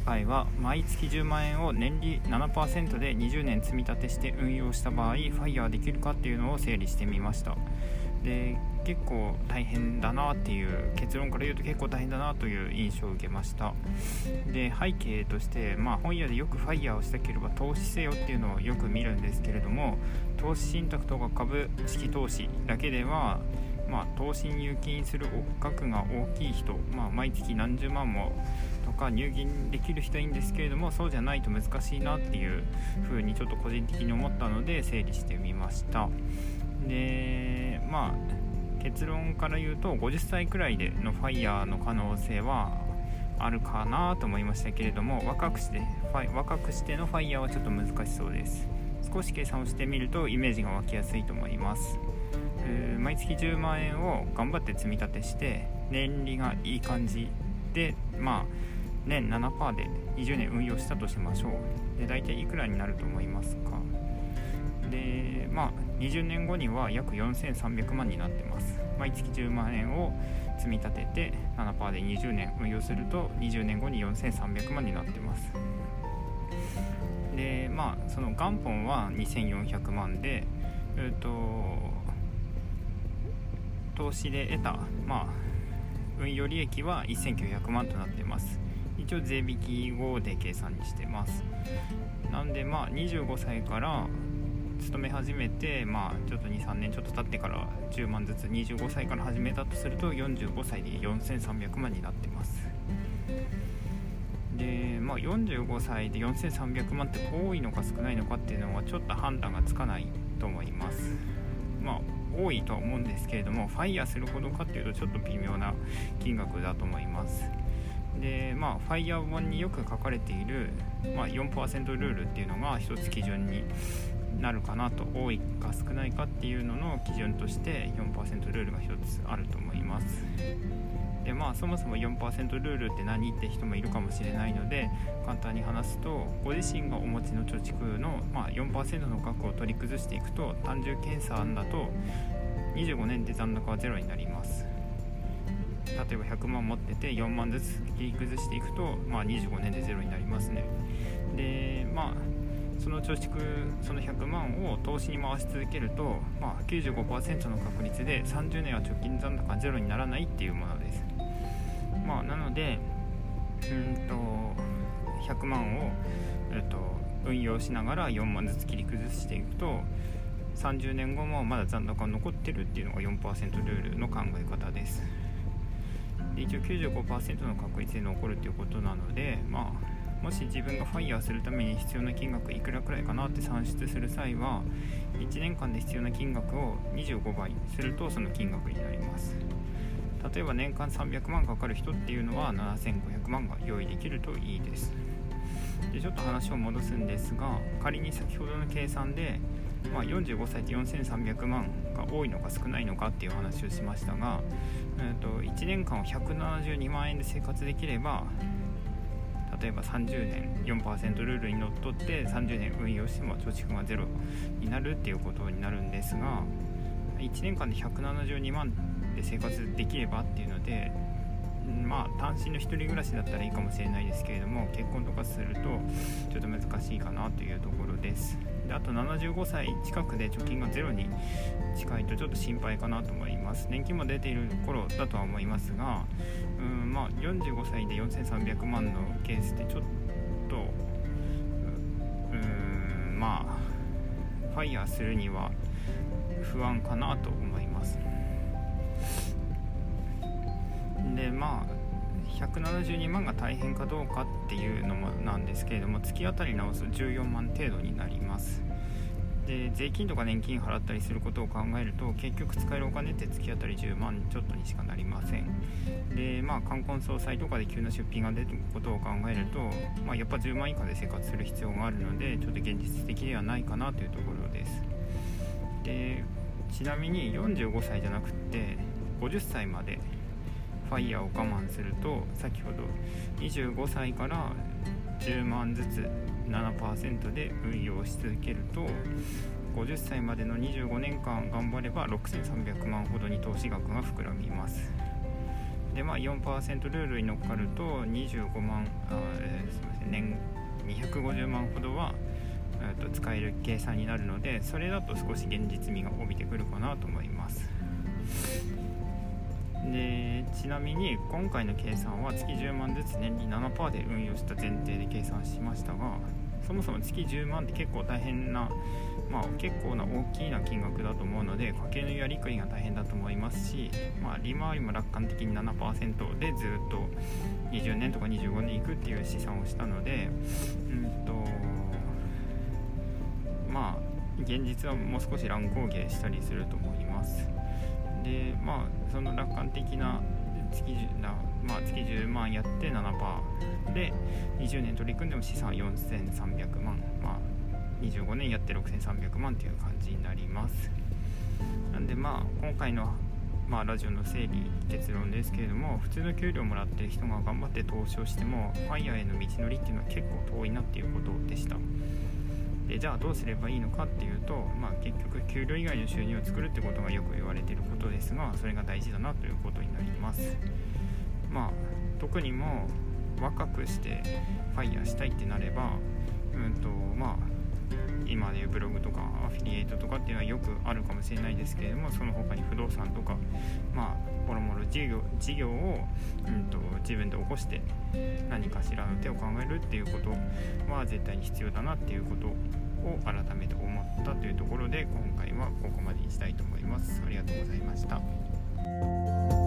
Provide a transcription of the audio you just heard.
回は毎月10万円を年利 7% で20年積み立てして運用した場合、ファイヤーできるかっていうのを整理してみました。で、結構大変だなっていう、結論から言うと結構大変だなという印象を受けました。で、背景として、本屋でよくファイヤーをしたければ投資せよっていうのをよく見るんですけれども、投資信託とか株式投資だけでは投資に入金する額が大きい人、毎月何十万もとか入金できる人はいいんですけれども、そうじゃないと難しいなっていう風にちょっと個人的に思ったので整理してみました。で、結論から言うと50歳くらいでのファイヤーの可能性はあるかなと思いましたけれども、若くしてのファイヤーはちょっと難しそうです。少し計算をしてみるとイメージが湧きやすいと思います。毎月10万円を頑張って積み立てして年利がいい感じで、年 7% で20年運用したとしましょう。で、大体いくらになると思いますか？で、20年後には約4300万になってます。毎月10万円を積み立てて 7% で20年運用すると20年後に4300万になってます。で、その元本は2400万で、投資で得た、運用利益は1900万となっています。一応税引き後で計算にしてます。なので25歳から勤め始めて、ちょっと 2,3 年ちょっと経ってから10万ずつ25歳から始めたとすると45歳で4300万になってます。で、45歳で4300万って多いのか少ないのかっていうのはちょっと判断がつかないと思います。多いとは思うんですけれども、ファイヤーするほどかっていうとちょっと微妙な金額だと思います。で、ファイヤー本によく書かれている、4% ルールっていうのが一つ基準になるかなと、多いか少ないかっていうのの基準として 4% ルールが一つあると思います。で、そもそも 4% ルールって何って人もいるかもしれないので、簡単に話すと、ご自身がお持ちの貯蓄の、4% の額を取り崩していくと、単純計算だと25年で残高はゼロになります。例えば100万持ってて4万ずつ切り崩していくと、25年でゼロになりますね。で、その貯蓄、その100万を投資に回し続けると、95% の確率で30年は貯金残高ゼロにならないっていうものです。なので100万を、運用しながら4万ずつ切り崩していくと、30年後もまだ残高が残ってるっていうのが 4% ルールの考え方です。で、一応 95% の確率で残るっていうことなので、もし自分がファイヤーするために必要な金額いくらくらいかなって算出する際は、1年間で必要な金額を25倍するとその金額になります。例えば年間300万かかる人っていうのは7500万が用意できるといいです。で、ちょっと話を戻すんですが、仮に先ほどの計算で、45歳で4300万が多いのか少ないのかっていう話をしましたが、1年間を172万円で生活できれば、例えば30年 4% ルールにのっとって30年運用しても貯蓄がゼロになるっていうことになるんですが、1年間で172万で生活できればっていうので、単身の一人暮らしだったらいいかもしれないですけれども、結婚とかするとちょっと難しいかなというところです。で、あと75歳近くで貯金がゼロに近いとちょっと心配かなと思います。年金も出ている頃だとは思いますが、45歳で4300万のケースってちょっとファイヤーするには不安かなと思います。で、172万が大変かどうかっていうのもなんですけれども、月当たり直すと14万程度になります。で、税金とか年金払ったりすることを考えると、結局使えるお金って月当たり10万ちょっとにしかなりません。で、冠婚葬祭とかで急な出費が出ることを考えると、やっぱ10万以下で生活する必要があるので、ちょっと現実的ではないかなというところです。で、ちなみに45歳じゃなくって50歳までファイヤーを我慢すると、先ほど25歳から10万ずつ 7% で運用し続けると、50歳までの25年間頑張れば6300万ほどに投資額が膨らみます。 で、4% ルールに乗っかると25万すみません、年250万ほどは使える計算になるので、それだと少し現実味が帯びてくるかなと思います。でちなみに今回の計算は月10万ずつ年に 7% で運用した前提で計算しましたが、そもそも月10万って結構大変な、結構な大きな金額だと思うので、家計のやりくりが大変だと思いますし、利回りも楽観的に 7% でずっと20年とか25年いくっていう試算をしたので、現実はもう少し乱高下したりすると思います。でその楽観的な月10万やって 7% で20年取り組んでも資産4300万、25年やって6300万という感じになります。なんで今回のラジオの整理結論ですけれども、普通の給料をもらっている人が頑張って投資をしてもファイヤーへの道のりっていうのは結構遠いなっていうことでした。でじゃあどうすればいいのかっていうと、結局給料以外の収入を作るってことがよく言われていることですが、それが大事だなということになります。特にも若くしてファイヤーしたいってなれば、今でいうブログとかアフィリエイトとかっていうのはよくあるかもしれないですけれども、その他に不動産とかもろもろ事業を、自分で起こして何かしらの手を考えるっていうことは絶対に必要だなっていうことを改めて思ったというところで、今回はここまでにしたいと思います。ありがとうございました。